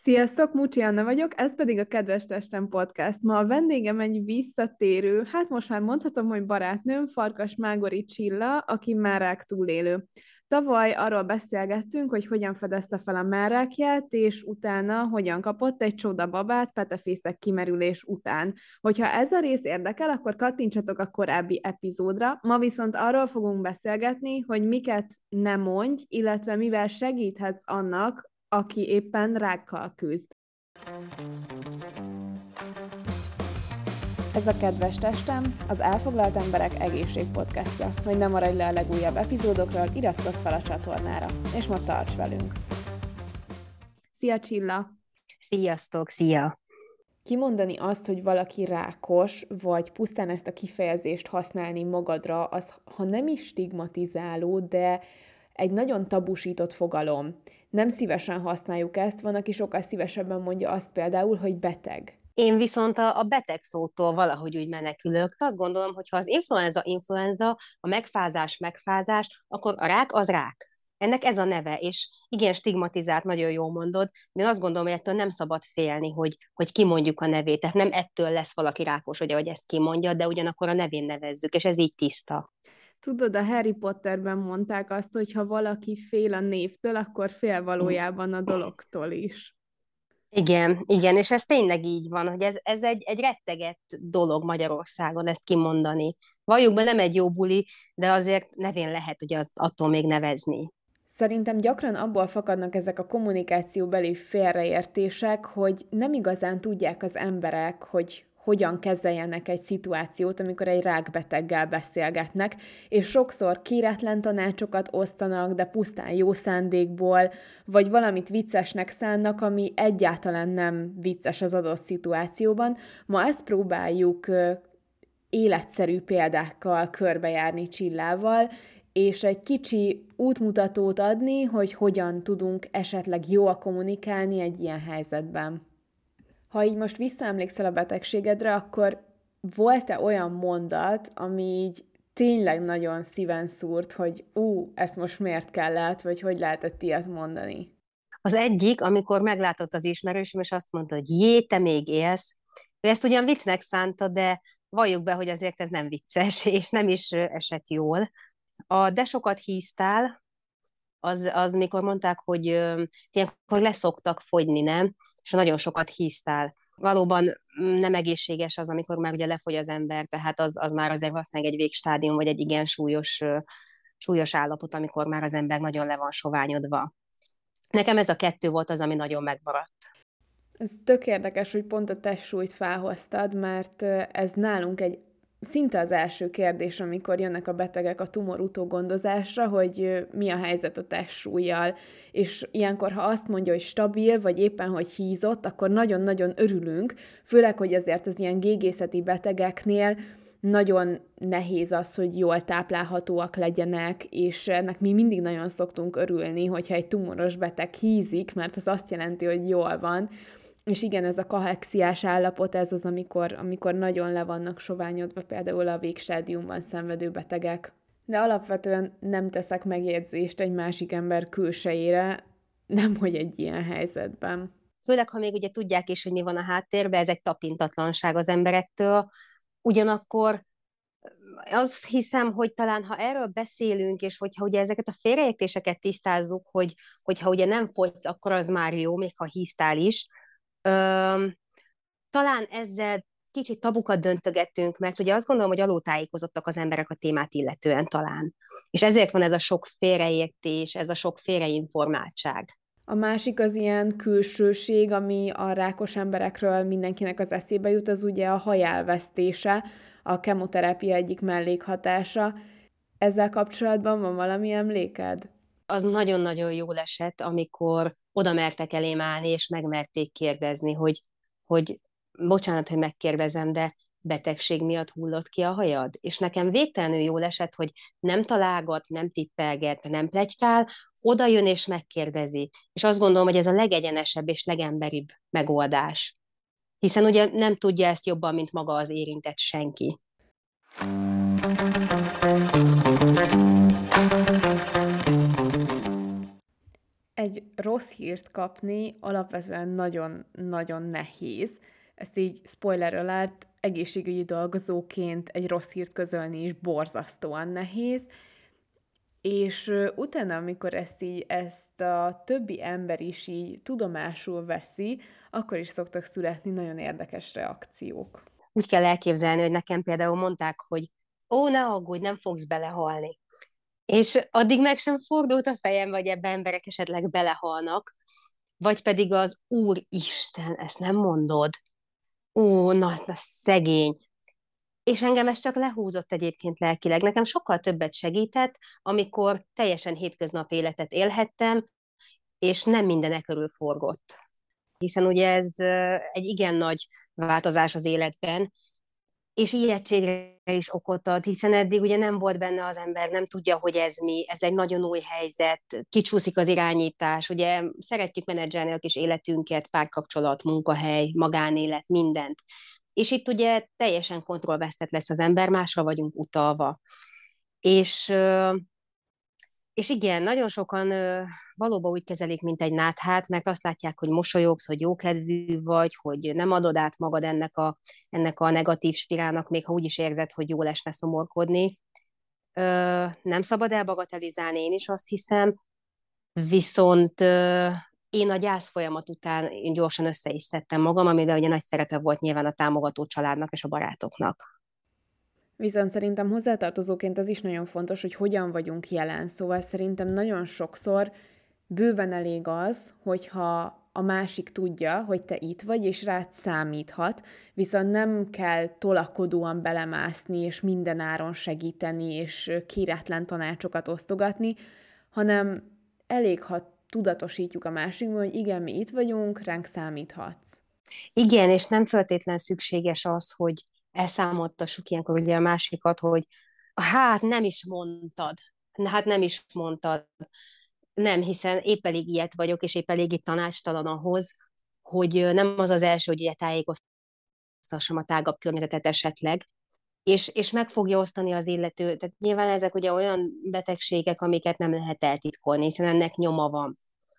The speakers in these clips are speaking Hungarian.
Sziasztok, Mucsi Anna vagyok, ez pedig a Kedves Testem Podcast. Ma a vendégem egy visszatérő, hát most már mondhatom, hogy barátnőm, Farkas Mágori Csilla, aki márák túlélő. Tavaly arról beszélgettünk, hogy hogyan fedezte fel a márákját, és utána hogyan kapott egy csodababát petefészek kimerülés után. Hogyha ez a rész érdekel, akkor kattintsatok a korábbi epizódra. Ma viszont arról fogunk beszélgetni, hogy miket nem mondj, illetve mivel segíthetsz annak, aki éppen rákkal küzd. Ez a Kedves Testem, az Elfoglalt Emberek Egészségpodcastja. Hogy ne maradj le a legújabb epizódokról, iratkozz fel a csatornára, és ma tarts velünk! Szia Csilla! Sziasztok, szia! Kimondani azt, hogy valaki rákos, vagy pusztán ezt a kifejezést használni magadra, az ha nem is stigmatizáló, de egy nagyon tabusított fogalom. Nem szívesen használjuk ezt, van, aki sokkal szívesebben mondja azt például, hogy beteg. Én viszont a beteg szótól valahogy úgy menekülök. Azt gondolom, hogy ha az influenza, a megfázás, akkor a rák az rák. Ennek ez a neve, és igen, stigmatizált, nagyon jól mondod, de én azt gondolom, hogy ettől nem szabad félni, hogy kimondjuk a nevét. Tehát nem ettől lesz valaki rákos, ugye, hogy ezt kimondja, de ugyanakkor a nevén nevezzük, és ez így tiszta. Tudod, a Harry Potterben mondták azt, hogy ha valaki fél a névtől, akkor fél valójában a dologtól is. Igen, és ez tényleg így van, hogy ez egy rettegett dolog Magyarországon ezt kimondani. Valljuk be, nem egy jó buli, de azért nevén lehet ugye az attól még nevezni. Szerintem gyakran abból fakadnak ezek a kommunikációbeli félreértések, hogy nem igazán tudják az emberek, hogy hogyan kezeljenek egy szituációt, amikor egy rákbeteggel beszélgetnek, és sokszor kéretlen tanácsokat osztanak, de pusztán jó szándékból, vagy valamit viccesnek szánnak, ami egyáltalán nem vicces az adott szituációban. Ma ezt próbáljuk életszerű példákkal körbejárni Csillával, és egy kicsi útmutatót adni, hogy hogyan tudunk esetleg jól kommunikálni egy ilyen helyzetben. Ha így most visszaemlékszel a betegségedre, akkor volt-e olyan mondat, ami így tényleg nagyon szíven szúrt, hogy ezt most miért kellett, vagy hogy lehetett ilyet mondani? Az egyik, amikor meglátott az ismerősöm, és azt mondta, hogy jé, te még élsz. Ő ezt ugyan viccnek szánta, de valljuk be, hogy azért ez nem vicces, és nem is esett jól. De sokat híztál, az mikor mondták, hogy ilyenkor leszoktak fogyni, nem? És nagyon sokat híztál. Valóban nem egészséges az, amikor már ugye lefogy az ember, tehát az már azért valószínűleg egy végstádium, vagy egy igen súlyos állapot, amikor már az ember nagyon le van soványodva. Nekem ez a kettő volt az, ami nagyon megmaradt. Ez tök érdekes, hogy pont a testsúlyt felhoztad, mert ez nálunk egy szinte az első kérdés, amikor jönnek a betegek a tumor utógondozásra, hogy mi a helyzet a testsúllyal, és ilyenkor, ha azt mondja, hogy stabil, vagy éppen, hogy hízott, akkor nagyon-nagyon örülünk, főleg, hogy azért az ilyen gégészeti betegeknél nagyon nehéz az, hogy jól táplálhatóak legyenek, és ennek mi mindig nagyon szoktunk örülni, hogyha egy tumoros beteg hízik, mert az azt jelenti, hogy jól van. És igen, ez a kahexiás állapot, ez az, amikor nagyon le vannak soványodva, például a végstádiumban szenvedő betegek. De alapvetően nem teszek megjegyzést egy másik ember külsejére, nemhogy egy ilyen helyzetben. Főleg, ha még ugye tudják is, hogy mi van a háttérben, ez egy tapintatlanság az emberektől. Ugyanakkor azt hiszem, hogy talán ha erről beszélünk, és hogyha ugye ezeket a félreértéseket tisztázzuk, hogyha ugye nem fogysz, akkor az már jó, még ha híztál is, talán ezzel kicsit tabukat döntögettünk, mert ugye azt gondolom, hogy alultájékozottak az emberek a témát illetően talán. És ezért van ez a sok félreértés, ez a sok félreinformáltság. A másik az ilyen külsőség, ami a rákos emberekről mindenkinek az eszébe jut, az ugye a hajelvesztése, a kemoterápia egyik mellékhatása. Ezzel kapcsolatban van valami emléked? Az nagyon-nagyon jól esett, amikor oda mertek elém állni, és megmerték kérdezni, hogy bocsánat, hogy megkérdezem, de betegség miatt hullott ki a hajad? És nekem végtelenül jól esett, hogy nem találgat, nem tippelget, nem pletykál, oda jön és megkérdezi. És azt gondolom, hogy ez a legegyenesebb és legemberibb megoldás. Hiszen ugye nem tudja ezt jobban, mint maga az érintett senki. Egy rossz hírt kapni alapvetően nagyon-nagyon nehéz. Ezt így spoiler alert, egészségügyi dolgozóként egy rossz hírt közölni is borzasztóan nehéz, és utána, amikor ezt a többi ember is így tudomásul veszi, akkor is szoktak születni nagyon érdekes reakciók. Úgy kell elképzelni, hogy nekem például mondták, hogy ó, ne aggódj, nem fogsz belehalni. És addig meg sem fordult a fejem, vagy ebbe emberek esetleg belehalnak, vagy pedig az Úristen, ezt nem mondod. Ó, na szegény. És engem ez csak lehúzott egyébként lelkileg. Nekem sokkal többet segített, amikor teljesen hétköznapi életet élhettem, és nem mindenek körül forgott. Hiszen ugye ez egy igen nagy változás az életben, és ijegységre is okot ad, hiszen eddig ugye nem volt benne az ember, nem tudja, hogy ez mi, ez egy nagyon új helyzet, kicsúszik az irányítás, ugye szeretjük menedzselni a kis életünket, párkapcsolat, munkahely, magánélet, mindent. És itt ugye teljesen kontrollvesztett lesz az ember, másra vagyunk utalva. És és igen, nagyon sokan valóban úgy kezelik, mint egy náthát, mert azt látják, hogy mosolyogsz, hogy jókedvű vagy, hogy nem adod át magad ennek a negatív spirálnak, még ha úgy is érzed, hogy jól esne szomorkodni. Nem szabad elbagatelizálni, én is azt hiszem, viszont én a gyász folyamat után én gyorsan össze is szedtem magam, amire ugye nagy szerepe volt nyilván a támogató családnak és a barátoknak. Viszont szerintem hozzátartozóként az is nagyon fontos, hogy hogyan vagyunk jelen. Szóval szerintem nagyon sokszor bőven elég az, hogyha a másik tudja, hogy te itt vagy, és rád számíthat, viszont nem kell tolakodóan belemászni, és mindenáron segíteni, és kéretlen tanácsokat osztogatni, hanem elég, ha tudatosítjuk a másikban, hogy igen, mi itt vagyunk, ránk számíthatsz. Igen, és nem feltétlen szükséges az, hogy elszámoltassuk ilyenkor ugye a másikat, hogy hát nem is mondtad, hát nem is mondtad. Nem, hiszen épp elég ilyet vagyok, és épp eléggé tanácstalan ahhoz, hogy nem az az első, hogy ugye tájékoztassam a tágabb környezetet esetleg, és meg fogja osztani az illető. Tehát nyilván ezek ugye olyan betegségek, amiket nem lehet eltitkolni, hiszen ennek nyoma van.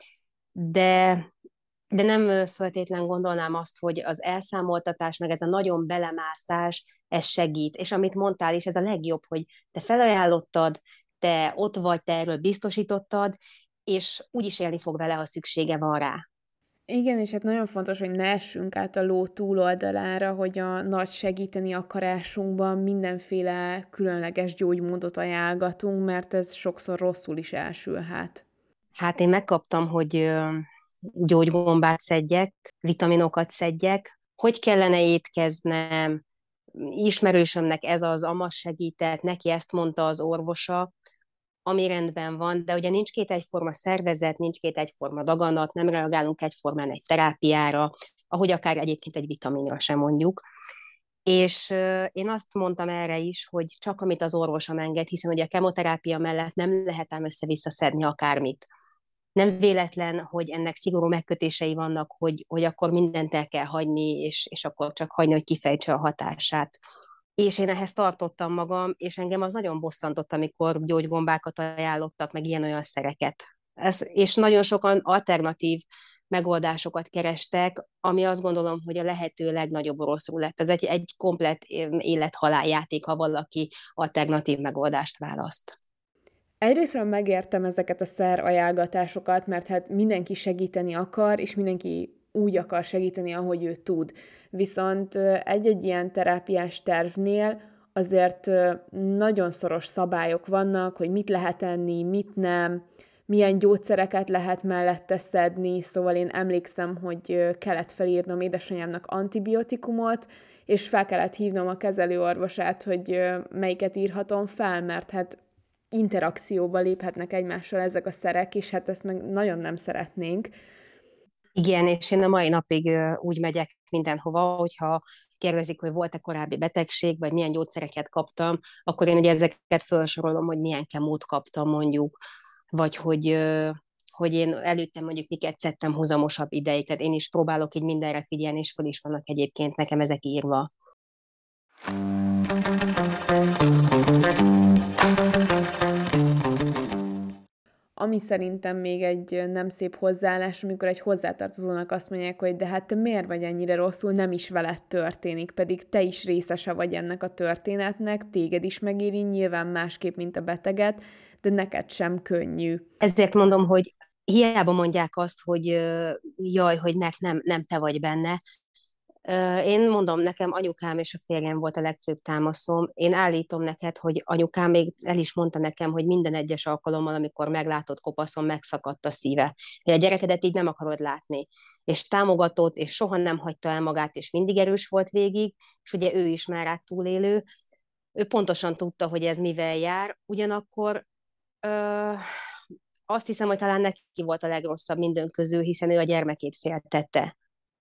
De de nem feltétlen gondolnám azt, hogy az elszámoltatás, meg ez a nagyon belemászás, ez segít. És amit mondtál is, ez a legjobb, hogy te felajánlottad, te ott vagy, te erről biztosítottad, és úgy is élni fog vele, ha szüksége van rá. Igen, és hát nagyon fontos, hogy ne essünk át a ló túloldalára, hogy a nagy segíteni akarásunkban mindenféle különleges gyógymódot ajánlgatunk, mert ez sokszor rosszul is elsülhet. Hát én megkaptam, hogy gyógygombát szedjek, vitaminokat szedjek, hogy kellene étkeznem, ismerősömnek ez az ama segített, neki ezt mondta az orvosa, ami rendben van, de ugye nincs két egyforma szervezet, nincs két egyforma daganat, nem reagálunk egyformán egy terápiára, ahogy akár egyébként egy vitaminra sem mondjuk. És én azt mondtam erre is, hogy csak amit az orvosom enged, hiszen ugye a kemoterápia mellett nem lehet ám össze-vissza szedni akármit. Nem véletlen, hogy ennek szigorú megkötései vannak, hogy akkor mindent el kell hagyni, és akkor csak hagyni, hogy kifejtse a hatását. És én ehhez tartottam magam, és engem az nagyon bosszantott, amikor gyógygombákat ajánlottak, meg ilyen-olyan szereket. És nagyon sokan alternatív megoldásokat kerestek, ami azt gondolom, hogy a lehető legnagyobb oroszul lett. Ez egy komplett élet-halál játék, ha valaki alternatív megoldást választ. Egyrésztről megértem ezeket a szerajánlgatásokat, mert hát mindenki segíteni akar, és mindenki úgy akar segíteni, ahogy ő tud. Viszont egy-egy ilyen terápiás tervnél azért nagyon szoros szabályok vannak, hogy mit lehet enni, mit nem, milyen gyógyszereket lehet mellette szedni, szóval én emlékszem, hogy kellett felírnom édesanyámnak antibiotikumot, és fel kellett hívnom a kezelőorvosát, hogy melyiket írhatom fel, mert hát interakcióba léphetnek egymással ezek a szerek, és hát ezt meg nagyon nem szeretnénk. Igen, és én a mai napig úgy megyek mindenhova, hogyha kérdezik, hogy volt-e korábbi betegség, vagy milyen gyógyszereket kaptam, akkor én ugye ezeket felsorolom, hogy milyen kemót kaptam mondjuk, vagy hogy én előtte mondjuk miket szedtem húzamosabb ideig, tehát én is próbálok így mindenre figyelni, és föl is vannak egyébként nekem ezek írva. Ami szerintem még egy nem szép hozzáállás, amikor egy hozzátartozónak azt mondják, hogy de hát te miért vagy ennyire rosszul, nem is veled történik, pedig te is részese vagy ennek a történetnek, téged is megéri, nyilván másképp, mint a beteget, de neked sem könnyű. Ezért mondom, hogy hiába mondják azt, hogy jaj, hogy meg nem te vagy benne. Én mondom, nekem anyukám és a férjem volt a legfőbb támaszom. Én állítom neked, hogy anyukám még el is mondta nekem, hogy minden egyes alkalommal, amikor meglátott kopaszon, megszakadt a szíve. Hogy a gyerekedet így nem akarod látni. És támogatott, és soha nem hagyta el magát, és mindig erős volt végig, és ugye ő is már rák túlélő. Ő pontosan tudta, hogy ez mivel jár, ugyanakkor ö, azt hiszem, hogy talán neki volt a legrosszabb minden közül, hiszen ő a gyermekét féltette.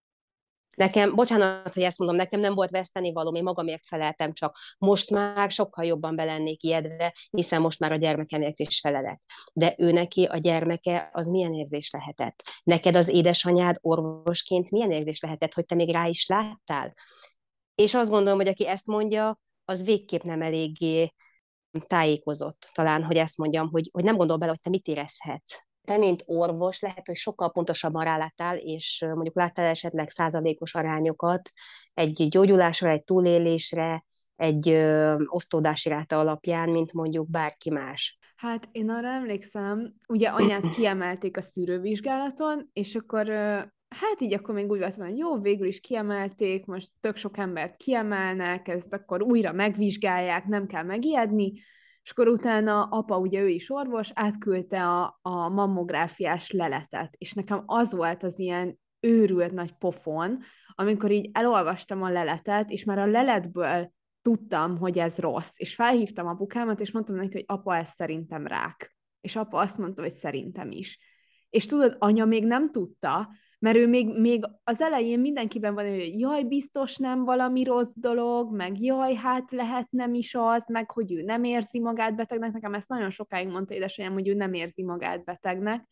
Nekem, bocsánat, hogy ezt mondom, nekem nem volt vesztenivalóm, én magamért feleltem, csak most már sokkal jobban belennék ijedve, hiszen most már a gyermekemért is felelek. De ő neki a gyermeke az milyen érzés lehetett? Neked az édesanyád orvosként milyen érzés lehetett, hogy te még rá is láttál? És azt gondolom, hogy aki ezt mondja, az végképp nem eléggé tájékozott, talán, hogy ezt mondjam, hogy nem gondol bele, hogy te mit érezhetsz. Te, mint orvos, lehet, hogy sokkal pontosabban ráláttál, és mondjuk láttál esetleg százalékos arányokat egy gyógyulásra, egy túlélésre, egy osztódási ráta alapján, mint mondjuk bárki más. Hát én arra emlékszem, ugye anyát kiemelték a szűrővizsgálaton, és akkor hát így akkor még úgy voltam, hogy jó, végül is kiemelték, most tök sok embert kiemelnek, ezt akkor újra megvizsgálják, nem kell megijedni, és akkor utána apa, ugye ő is orvos, átküldte a mammográfiás leletet, és nekem az volt az ilyen őrült nagy pofon, amikor így elolvastam a leletet, és már a leletből tudtam, hogy ez rossz, és felhívtam apukámat, és mondtam neki, hogy apa, ez szerintem rák. És apa azt mondta, hogy szerintem is. És tudod, anya még nem tudta, mert ő még az elején mindenkiben van, hogy jaj, biztos nem valami rossz dolog, meg jaj, hát lehet nem is az, meg hogy ő nem érzi magát betegnek. Nekem ezt nagyon sokáig mondta édesanyám, hogy ő nem érzi magát betegnek.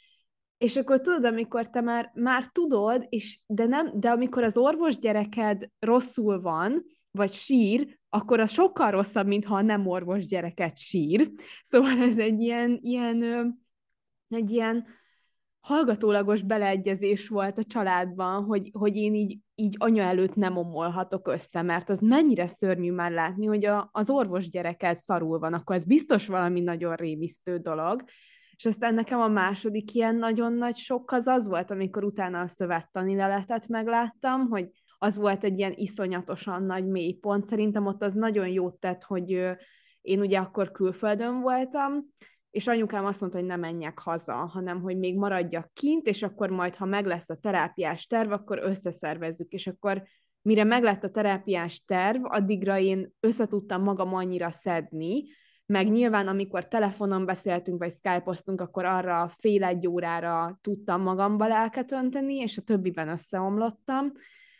És akkor tudod, amikor te már tudod, de amikor az orvos gyereked rosszul van, vagy sír, akkor az sokkal rosszabb, mintha a nem orvos gyereket sír. Szóval ez egy ilyen hallgatólagos beleegyezés volt a családban, hogy én így anya előtt nem omolhatok össze, mert az mennyire szörnyű már látni, hogy az orvos gyereket szarul van, akkor ez biztos valami nagyon rémisztő dolog. És aztán nekem a második ilyen nagyon nagy sok az volt, amikor utána a szövettani leletet megláttam, hogy az volt egy ilyen iszonyatosan nagy mélypont. Szerintem ott az nagyon jót tett, hogy én ugye akkor külföldön voltam, és anyukám azt mondta, hogy ne menjek haza, hanem hogy még maradjak kint, és akkor majd, ha meg lesz a terápiás terv, akkor összeszervezzük, és akkor mire meglett a terápiás terv, addigra én összetudtam magam annyira szedni, meg nyilván, amikor telefonon beszéltünk, vagy skype-oztunk, akkor arra fél egy órára tudtam magamba lelket önteni, és a többiben összeomlottam.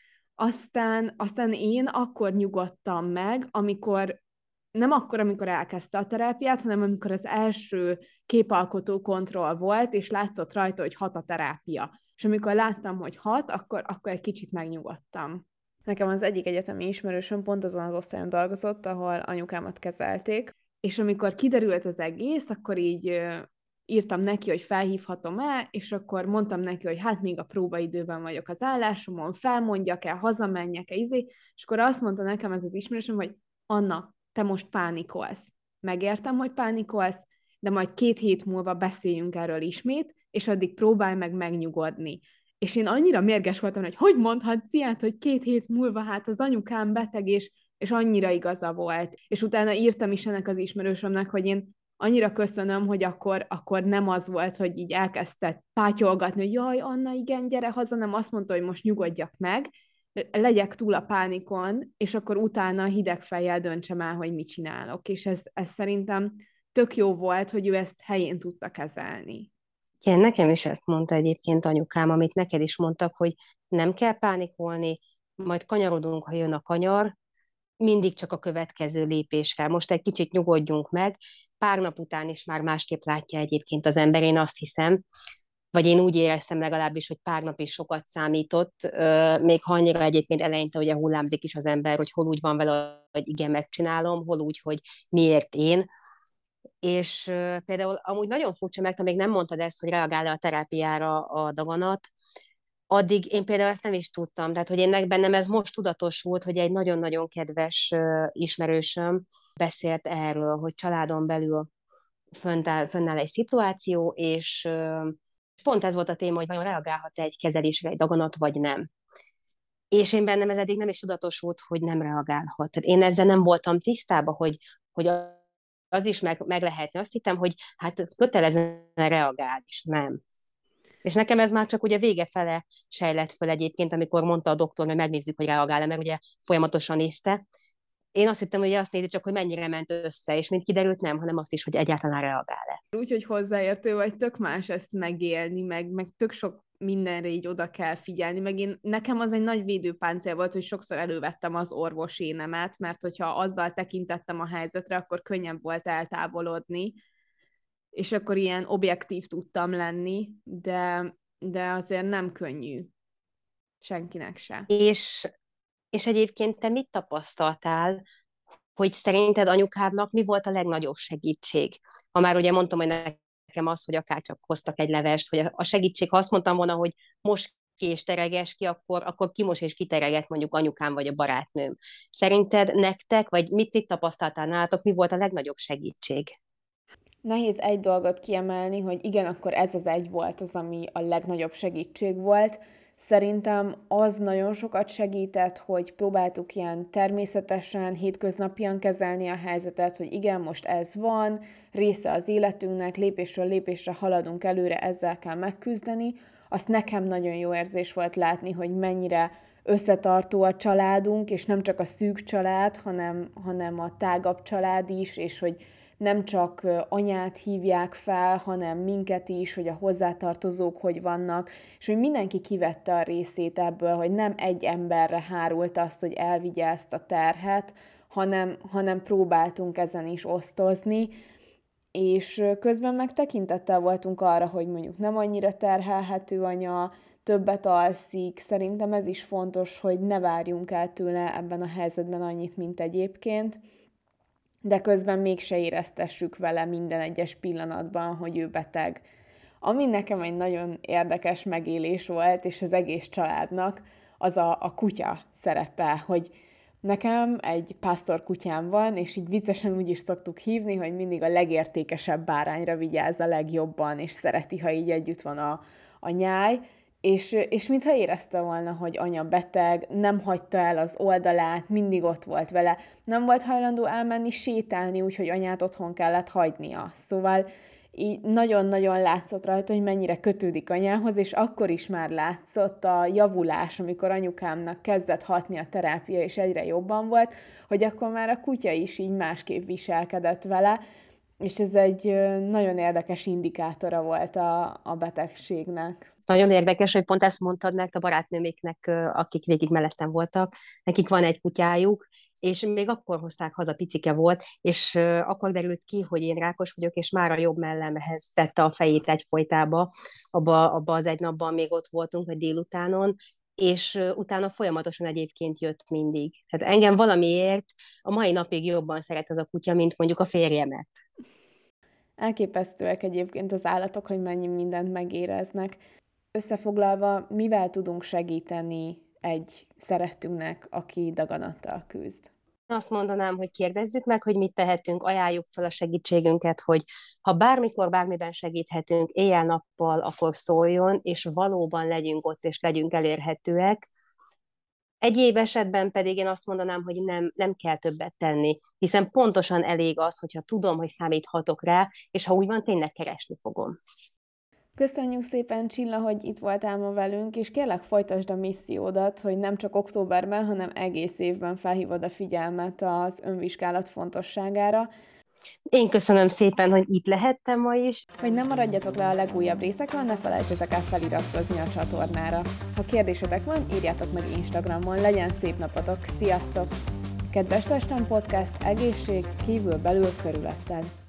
Aztán én akkor nyugodtam meg, nem akkor, amikor elkezdte a terápiát, hanem amikor az első képalkotó kontroll volt, és látszott rajta, hogy hat a terápia. És amikor láttam, hogy hat, akkor egy kicsit megnyugodtam. Nekem az egyik egyetemi ismerősöm pont azon az osztályon dolgozott, ahol anyukámat kezelték, és amikor kiderült az egész, akkor így írtam neki, hogy felhívhatom-e, és akkor mondtam neki, hogy hát még a próbaidőben vagyok az állásomon, felmondjak-e, hazamenjek-e, és akkor azt mondta nekem ez az ismerősöm, hogy Anna, te most pánikolsz. Megértem, hogy pánikolsz, de majd 2 hét múlva beszéljünk erről ismét, és addig próbálj meg megnyugodni. És én annyira mérges voltam, hogy mondhatsz ilyet, hogy 2 hét múlva hát az anyukám beteg, és annyira igaza volt. És utána írtam is ennek az ismerősömnek, hogy én annyira köszönöm, hogy akkor nem az volt, hogy így elkezdett pátyolgatni, hogy jaj, Anna, igen, gyere haza, nem azt mondta, hogy most nyugodjak meg, legyek túl a pánikon, és akkor utána hideg fejjel döntsem el, hogy mit csinálok. És ez szerintem tök jó volt, hogy ő ezt helyén tudta kezelni. Igen, nekem is ezt mondta egyébként anyukám, amit neked is mondtak, hogy nem kell pánikolni, majd kanyarodunk, ha jön a kanyar, mindig csak a következő lépésre. Most egy kicsit nyugodjunk meg, pár nap után is már másképp látja egyébként az ember, én azt hiszem, vagy én úgy éreztem legalábbis, hogy pár nap is sokat számított, még ha annyira egyébként eleinte ugye hullámzik is az ember, hogy hol úgy van vele, hogy igen, megcsinálom, hol úgy, hogy miért én. És például amúgy nagyon furcsa, mert te még nem mondtad ezt, hogy reagál-e a terápiára a daganat, addig én például ezt nem is tudtam, tehát hogy bennem ez most tudatosult, hogy egy nagyon-nagyon kedves ismerősöm beszélt erről, hogy családon belül fönnáll egy szituáció, és pont ez volt a téma, hogy vajon reagálhat egy kezelésre egy daganat, vagy nem. És én bennem ez eddig nem is tudatosult, hogy nem reagálhat. Tehát én ezzel nem voltam tisztában, hogy az is meg lehetne. Azt hittem, hogy hát kötelezően reagál, és nem. És nekem ez már csak ugye vége fele sejlett föl egyébként, amikor mondta a doktor, hogy megnézzük, hogy reagál-e, mert ugye folyamatosan nézte. Én azt hittem, hogy azt nézi csak, hogy mennyire ment össze, és mint kiderült nem, hanem azt is, hogy egyáltalán reagál-e. Úgyhogy hozzáértő vagy, tök más ezt megélni, meg tök sok mindenre így oda kell figyelni, nekem az egy nagy védőpáncél volt, hogy sokszor elővettem az orvosénemet, mert hogyha azzal tekintettem a helyzetre, akkor könnyebb volt eltávolodni, és akkor ilyen objektív tudtam lenni, de azért nem könnyű senkinek se. És egyébként te mit tapasztaltál, hogy szerinted anyukádnak mi volt a legnagyobb segítség? Ha már ugye mondtam, hogy nekem az, hogy akár csak hoztak egy levest, hogy a segítség, ha azt mondtam volna, hogy most ki és tereges ki, akkor kimos és kitereget mondjuk anyukám vagy a barátnőm. Szerinted nektek, vagy mit tapasztaltál nálatok, mi volt a legnagyobb segítség? Nehéz egy dolgot kiemelni, hogy igen, akkor ez az egy volt az, ami a legnagyobb segítség volt. Szerintem az nagyon sokat segített, hogy próbáltuk ilyen természetesen, hétköznapian kezelni a helyzetet, hogy igen, most ez van, része az életünknek, lépésről lépésre haladunk előre, ezzel kell megküzdeni. Azt nekem nagyon jó érzés volt látni, hogy mennyire összetartó a családunk, és nem csak a szűk család, hanem a tágabb család is, és hogy nem csak anyát hívják fel, hanem minket is, hogy a hozzátartozók hogy vannak, és hogy mindenki kivette a részét ebből, hogy nem egy emberre hárult azt, hogy elvigye ezt a terhet, hanem próbáltunk ezen is osztozni, és közben meg tekintettel voltunk arra, hogy mondjuk nem annyira terhelhető anya, többet alszik, szerintem ez is fontos, hogy ne várjunk el tőle ebben a helyzetben annyit, mint egyébként, de közben mégse éreztessük vele minden egyes pillanatban, hogy ő beteg. Ami nekem egy nagyon érdekes megélés volt, és az egész családnak, az a kutya szerepe, hogy nekem egy pásztor kutyám van, és így viccesen úgy is szoktuk hívni, hogy mindig a legértékesebb bárányra vigyáz a legjobban, és szereti, ha így együtt van a nyáj, és mintha érezte volna, hogy anya beteg, nem hagyta el az oldalát, mindig ott volt vele, nem volt hajlandó elmenni sétálni, úgyhogy anyát otthon kellett hagynia. Szóval így nagyon-nagyon látszott rajta, hogy mennyire kötődik anyához, és akkor is már látszott a javulás, amikor anyukámnak kezdett hatni a terápia, és egyre jobban volt, hogy akkor már a kutya is így másképp viselkedett vele, és ez egy nagyon érdekes indikátora volt a betegségnek. Nagyon érdekes, hogy pont ezt mondtad, mert a barátnőméknek, akik végig mellettem voltak, nekik van egy kutyájuk, és még akkor hozták haza, picike volt, és akkor derült ki, hogy én rákos vagyok, és már a jobb mellemhez tette a fejét egyfolytába, abba az egy napban még ott voltunk, vagy délutánon, és utána folyamatosan egyébként jött mindig. Tehát engem valamiért a mai napig jobban szeret az a kutya, mint mondjuk a férjemet. Elképesztőek egyébként az állatok, hogy mennyi mindent megéreznek. Összefoglalva, mivel tudunk segíteni egy szerettünknek, aki daganattal küzd? Azt mondanám, hogy kérdezzük meg, hogy mit tehetünk, ajánljuk fel a segítségünket, hogy ha bármikor, bármiben segíthetünk, éjjel-nappal, akkor szóljon, és valóban legyünk ott, és legyünk elérhetőek. Egyéb esetben pedig én azt mondanám, hogy nem kell többet tenni, hiszen pontosan elég az, hogyha tudom, hogy számíthatok rá, és ha úgy van, tényleg keresni fogom. Köszönjük szépen, Csilla, hogy itt voltál ma velünk, és kérlek folytasd a missziódat, hogy nem csak októberben, hanem egész évben felhívod a figyelmet az önvizsgálat fontosságára. Én köszönöm szépen, hogy itt lehettem ma is. Hogy nem maradjatok le a legújabb részekről, ne felejtsetek el feliratkozni a csatornára. Ha kérdésetek van, írjátok meg Instagramon, legyen szép napotok, sziasztok! Kedves Testem Podcast, egészség, kívül belül körülötted.